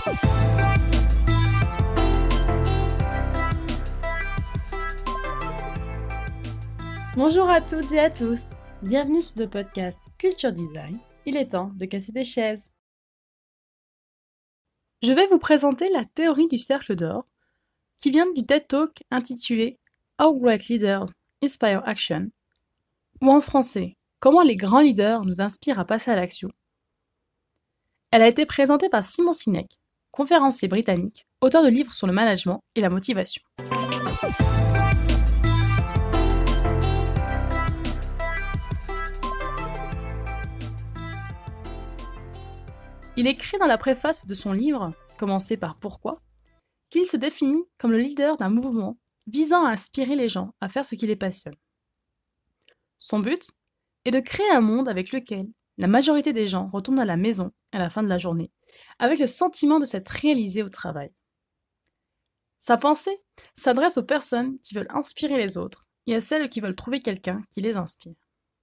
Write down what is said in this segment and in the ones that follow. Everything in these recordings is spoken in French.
Bonjour à toutes et à tous, bienvenue sur le podcast Culture Design, il est temps de casser des chaises. Je vais vous présenter la théorie du cercle d'or, qui vient du TED Talk intitulé How Great Leaders Inspire Action, ou en français, Comment les grands leaders nous inspirent à passer à l'action. Elle a été présentée par Simon Sinek, conférencier britannique, auteur de livres sur le management et la motivation. Il écrit dans la préface de son livre, commencé par Pourquoi, qu'il se définit comme le leader d'un mouvement visant à inspirer les gens à faire ce qui les passionne. Son but est de créer un monde avec lequel la majorité des gens retournent à la maison à la fin de la journée, avec le sentiment de s'être réalisés au travail. Sa pensée s'adresse aux personnes qui veulent inspirer les autres et à celles qui veulent trouver quelqu'un qui les inspire.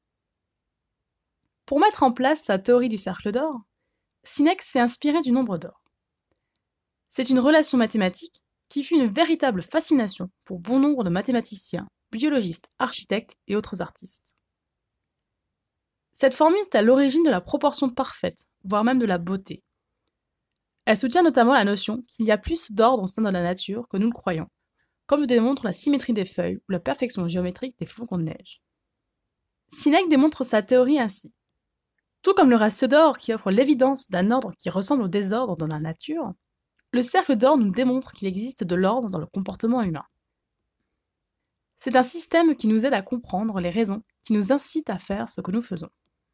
Pour mettre en place sa théorie du cercle d'or, Sinek s'est inspiré du nombre d'or. C'est une relation mathématique qui fut une véritable fascination pour bon nombre de mathématiciens, biologistes, architectes et autres artistes. Cette formule est à l'origine de la proportion parfaite, voire même de la beauté. Elle soutient notamment la notion qu'il y a plus d'ordre au sein de la nature que nous le croyons, comme le démontre la symétrie des feuilles ou la perfection géométrique des flocons de neige. Sinek démontre sa théorie ainsi. Tout comme le ratio d'or qui offre l'évidence d'un ordre qui ressemble au désordre dans la nature, le cercle d'or nous démontre qu'il existe de l'ordre dans le comportement humain. C'est un système qui nous aide à comprendre les raisons qui nous incitent à faire ce que nous faisons.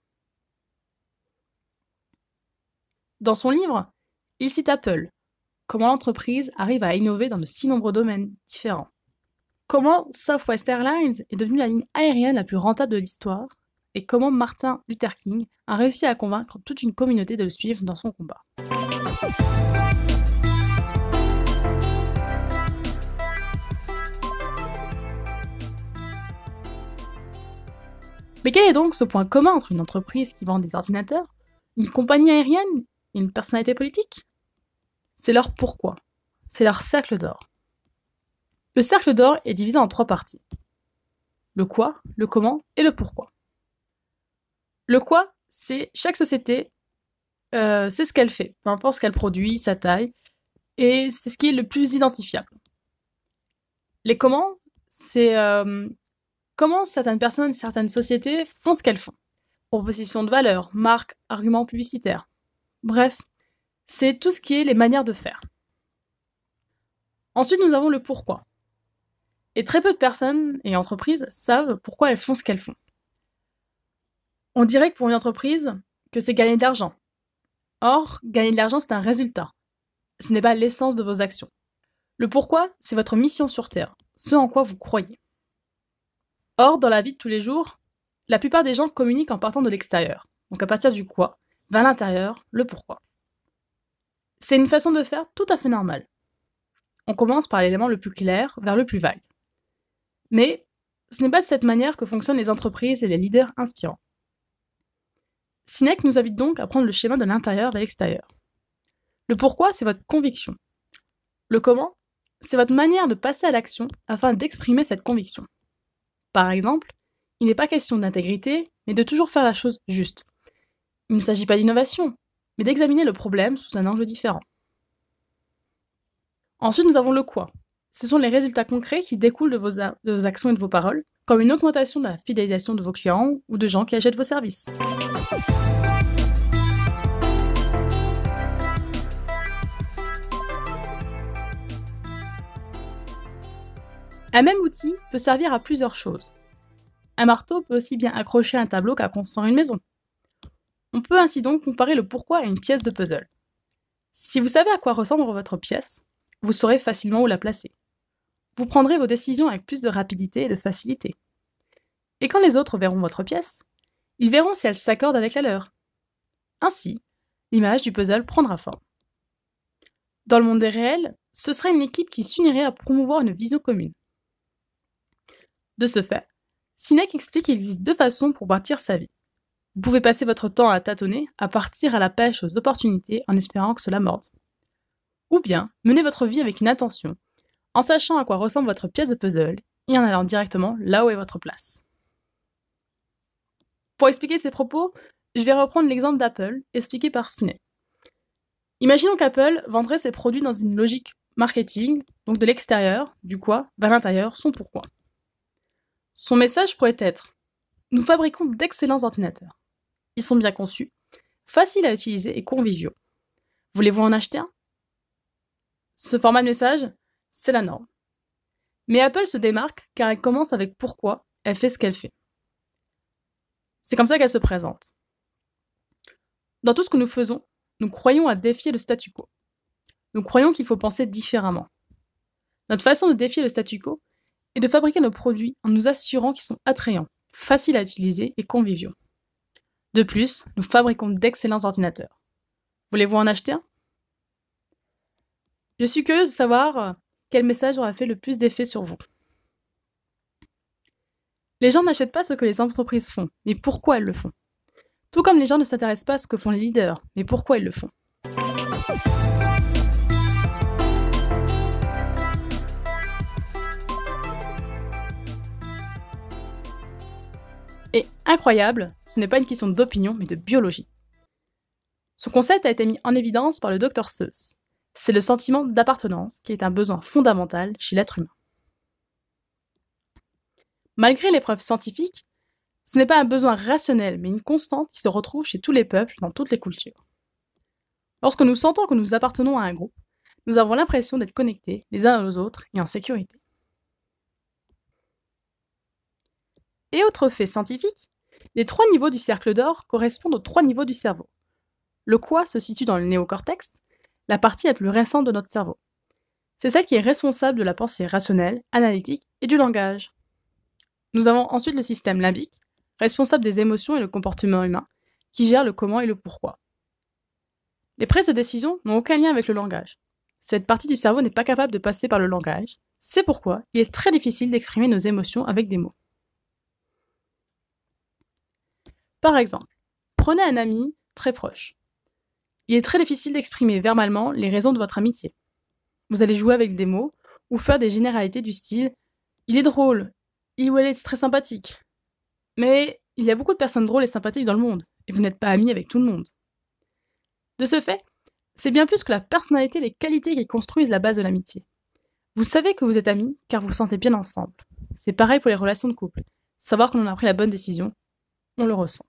Dans son livre, il cite Apple, comment l'entreprise arrive à innover dans de si nombreux domaines différents, comment Southwest Airlines est devenue la ligne aérienne la plus rentable de l'histoire, et comment Martin Luther King a réussi à convaincre toute une communauté de le suivre dans son combat. Mais quel est donc ce point commun entre une entreprise qui vend des ordinateurs, une compagnie aérienne et une personnalité politique ? C'est leur pourquoi, c'est leur cercle d'or. Le cercle d'or est divisé en 3 parties. Le quoi, le comment et le pourquoi. Le quoi, c'est chaque société, c'est ce qu'elle fait, peu importe ce qu'elle produit, sa taille, et c'est ce qui est le plus identifiable. Les comment, c'est comment certaines personnes, certaines sociétés font ce qu'elles font. Proposition de valeur, marque, arguments publicitaires. Bref, c'est tout ce qui est les manières de faire. Ensuite, nous avons le pourquoi. Et très peu de personnes et entreprises savent pourquoi elles font ce qu'elles font. On dirait que pour une entreprise, que c'est gagner de l'argent. Or, gagner de l'argent, c'est un résultat. Ce n'est pas l'essence de vos actions. Le pourquoi, c'est votre mission sur Terre, ce en quoi vous croyez. Or, dans la vie de tous les jours, la plupart des gens communiquent en partant de l'extérieur. Donc à partir du quoi, vers l'intérieur, le pourquoi. C'est une façon de faire tout à fait normale. On commence par l'élément le plus clair vers le plus vague. Mais ce n'est pas de cette manière que fonctionnent les entreprises et les leaders inspirants. Sinek nous invite donc à prendre le schéma de l'intérieur vers l'extérieur. Le pourquoi, c'est votre conviction. Le comment, c'est votre manière de passer à l'action afin d'exprimer cette conviction. Par exemple, il n'est pas question d'intégrité, mais de toujours faire la chose juste. Il ne s'agit pas d'innovation, mais d'examiner le problème sous un angle différent. Ensuite, nous avons le quoi. Ce sont les résultats concrets qui découlent de vos actions et de vos paroles, comme une augmentation de la fidélisation de vos clients ou de gens qui achètent vos services. Un même outil peut servir à plusieurs choses. Un marteau peut aussi bien accrocher un tableau qu'à construire une maison. On peut ainsi donc comparer le pourquoi à une pièce de puzzle. Si vous savez à quoi ressemble votre pièce, vous saurez facilement où la placer. Vous prendrez vos décisions avec plus de rapidité et de facilité. Et quand les autres verront votre pièce, ils verront si elle s'accorde avec la leur. Ainsi, l'image du puzzle prendra forme. Dans le monde réel, ce serait une équipe qui s'unirait à promouvoir une vision commune. De ce fait, Sinek explique qu'il existe 2 façons pour bâtir sa vie. Vous pouvez passer votre temps à tâtonner, à partir à la pêche aux opportunités en espérant que cela morde. Ou bien, menez votre vie avec une intention, en sachant à quoi ressemble votre pièce de puzzle et en allant directement là où est votre place. Pour expliquer ces propos, je vais reprendre l'exemple d'Apple, expliqué par Ciné. Imaginons qu'Apple vendrait ses produits dans une logique marketing, donc de l'extérieur, du quoi, vers l'intérieur, son pourquoi. Son message pourrait être « Nous fabriquons d'excellents ordinateurs. Ils sont bien conçus, faciles à utiliser et conviviaux. Voulez-vous en acheter un ?» Ce format de message, c'est la norme. Mais Apple se démarque car elle commence avec pourquoi elle fait ce qu'elle fait. C'est comme ça qu'elle se présente. Dans tout ce que nous faisons, nous croyons à défier le statu quo. Nous croyons qu'il faut penser différemment. Notre façon de défier le statu quo est de fabriquer nos produits en nous assurant qu'ils sont attrayants, faciles à utiliser et conviviaux. De plus, nous fabriquons d'excellents ordinateurs. Voulez-vous en acheter un ? Je suis curieuse de savoir quel message aura fait le plus d'effet sur vous. Les gens n'achètent pas ce que les entreprises font, mais pourquoi elles le font. Tout comme les gens ne s'intéressent pas à ce que font les leaders, mais pourquoi ils le font. Et incroyable, ce n'est pas une question d'opinion, mais de biologie. Ce concept a été mis en évidence par le Dr Seuss. C'est le sentiment d'appartenance qui est un besoin fondamental chez l'être humain. Malgré les preuves scientifiques, ce n'est pas un besoin rationnel, mais une constante qui se retrouve chez tous les peuples dans toutes les cultures. Lorsque nous sentons que nous appartenons à un groupe, nous avons l'impression d'être connectés les uns aux autres et en sécurité. Et autre fait scientifique, les 3 niveaux du cercle d'or correspondent aux 3 niveaux du cerveau. Le quoi se situe dans le néocortex, la partie la plus récente de notre cerveau. C'est celle qui est responsable de la pensée rationnelle, analytique et du langage. Nous avons ensuite le système limbique, responsable des émotions et le comportement humain, qui gère le comment et le pourquoi. Les prises de décision n'ont aucun lien avec le langage. Cette partie du cerveau n'est pas capable de passer par le langage, c'est pourquoi il est très difficile d'exprimer nos émotions avec des mots. Par exemple, prenez un ami très proche. Il est très difficile d'exprimer verbalement les raisons de votre amitié. Vous allez jouer avec des mots ou faire des généralités du style « il est drôle »,« il ou elle est très sympathique ». Mais il y a beaucoup de personnes drôles et sympathiques dans le monde, et vous n'êtes pas amis avec tout le monde. De ce fait, c'est bien plus que la personnalité et les qualités qui construisent la base de l'amitié. Vous savez que vous êtes amis car vous vous sentez bien ensemble. C'est pareil pour les relations de couple. Savoir que l'on a pris la bonne décision, on le ressent.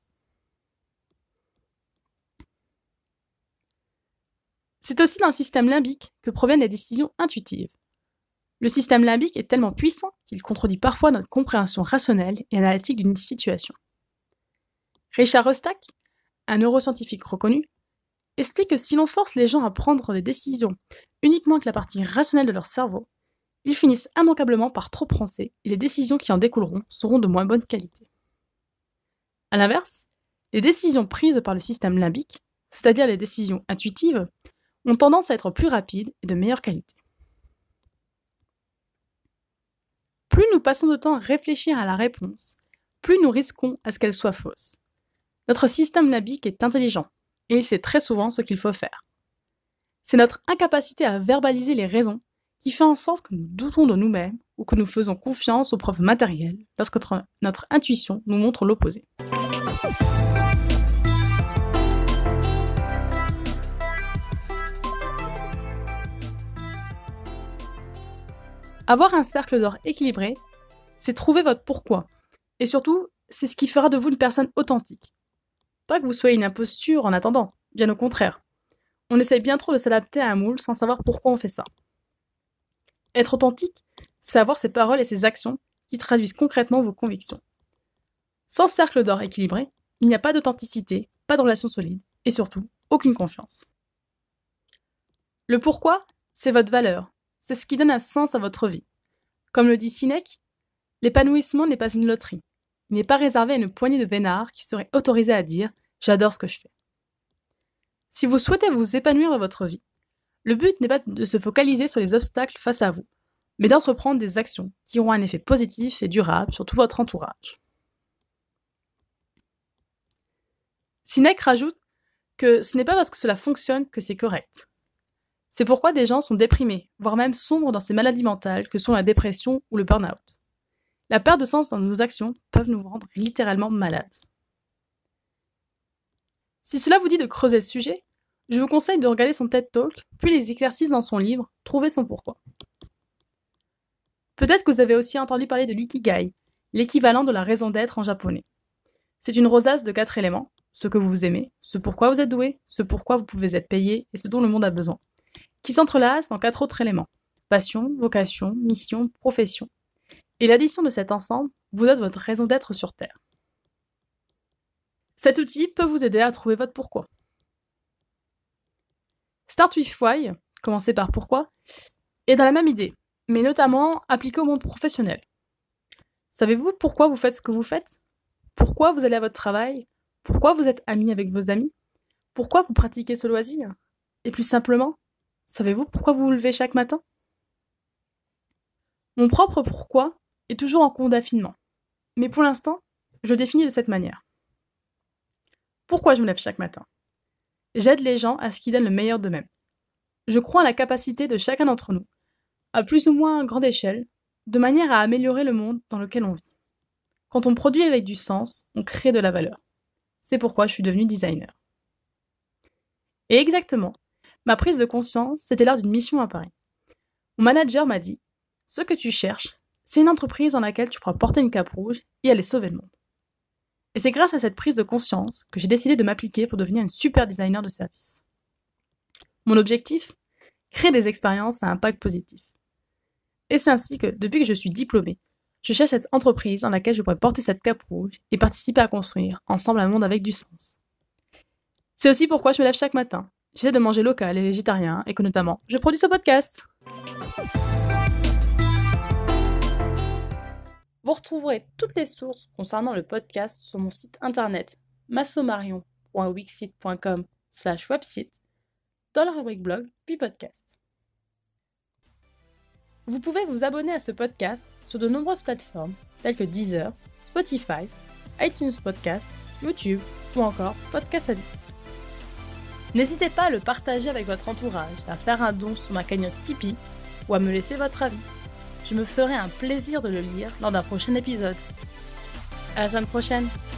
C'est aussi d'un système limbique que proviennent les décisions intuitives. Le système limbique est tellement puissant qu'il contredit parfois notre compréhension rationnelle et analytique d'une situation. Richard Rostack, un neuroscientifique reconnu, explique que si l'on force les gens à prendre des décisions uniquement avec la partie rationnelle de leur cerveau, ils finissent immanquablement par trop penser et les décisions qui en découleront seront de moins bonne qualité. A l'inverse, les décisions prises par le système limbique, c'est-à-dire les décisions intuitives, ont tendance à être plus rapides et de meilleure qualité. Plus nous passons de temps à réfléchir à la réponse, plus nous risquons à ce qu'elle soit fausse. Notre système limbique est intelligent, et il sait très souvent ce qu'il faut faire. C'est notre incapacité à verbaliser les raisons qui fait en sorte que nous doutons de nous-mêmes ou que nous faisons confiance aux preuves matérielles lorsque notre intuition nous montre l'opposé. Avoir un cercle d'or équilibré, c'est trouver votre pourquoi. Et surtout, c'est ce qui fera de vous une personne authentique. Pas que vous soyez une imposture en attendant, bien au contraire. On essaye bien trop de s'adapter à un moule sans savoir pourquoi on fait ça. Être authentique, c'est avoir ses paroles et ses actions qui traduisent concrètement vos convictions. Sans cercle d'or équilibré, il n'y a pas d'authenticité, pas de relation solide, et surtout, aucune confiance. Le pourquoi, c'est votre valeur. C'est ce qui donne un sens à votre vie. Comme le dit Sinek, l'épanouissement n'est pas une loterie. Il n'est pas réservé à une poignée de vénards qui seraient autorisés à dire « j'adore ce que je fais ». Si vous souhaitez vous épanouir dans votre vie, le but n'est pas de se focaliser sur les obstacles face à vous, mais d'entreprendre des actions qui auront un effet positif et durable sur tout votre entourage. Sinek rajoute que ce n'est pas parce que cela fonctionne que c'est correct. C'est pourquoi des gens sont déprimés, voire même sombres dans ces maladies mentales que sont la dépression ou le burn-out. La perte de sens dans nos actions peuvent nous rendre littéralement malades. Si cela vous dit de creuser le sujet, je vous conseille de regarder son TED Talk, puis les exercices dans son livre « Trouver son pourquoi ». Peut-être que vous avez aussi entendu parler de l'ikigai, l'équivalent de la raison d'être en japonais. C'est une rosace de 4 éléments, ce que vous aimez, ce pourquoi vous êtes doué, ce pourquoi vous pouvez être payé et ce dont le monde a besoin, qui s'entrelacent dans 4 autres éléments, passion, vocation, mission, profession. Et l'addition de cet ensemble vous donne votre raison d'être sur Terre. Cet outil peut vous aider à trouver votre pourquoi. Start with Why, commencer par pourquoi, est dans la même idée, mais notamment appliqué au monde professionnel. Savez-vous pourquoi vous faites ce que vous faites ? Pourquoi vous allez à votre travail ? Pourquoi vous êtes ami avec vos amis ? Pourquoi vous pratiquez ce loisir ? Et plus simplement, savez-vous pourquoi vous vous levez chaque matin ? Mon propre pourquoi est toujours en cours d'affinement, mais pour l'instant, je le définis de cette manière. Pourquoi je me lève chaque matin ? J'aide les gens à ce qu'ils donnent le meilleur d'eux-mêmes. Je crois en la capacité de chacun d'entre nous, à plus ou moins grande échelle, de manière à améliorer le monde dans lequel on vit. Quand on produit avec du sens, on crée de la valeur. C'est pourquoi je suis devenue designer. Et exactement, ma prise de conscience, c'était lors d'une mission à Paris. Mon manager m'a dit « Ce que tu cherches, c'est une entreprise dans laquelle tu pourras porter une cape rouge et aller sauver le monde. » Et c'est grâce à cette prise de conscience que j'ai décidé de m'appliquer pour devenir une super designer de service. Mon objectif ? Créer des expériences à impact positif. Et c'est ainsi que, depuis que je suis diplômée, je cherche cette entreprise dans laquelle je pourrais porter cette cape rouge et participer à construire ensemble un monde avec du sens. C'est aussi pourquoi je me lève chaque matin. J'essaie de manger local et végétarien et que notamment, je produis ce podcast. Vous retrouverez toutes les sources concernant le podcast sur mon site internet massomarion.wixsite.com/website dans la rubrique blog puis podcast. Vous pouvez vous abonner à ce podcast sur de nombreuses plateformes telles que Deezer, Spotify, iTunes Podcast, YouTube ou encore Podcast Addict. N'hésitez pas à le partager avec votre entourage, à faire un don sur ma cagnotte Tipeee ou à me laisser votre avis. Je me ferai un plaisir de le lire lors d'un prochain épisode. À la semaine prochaine!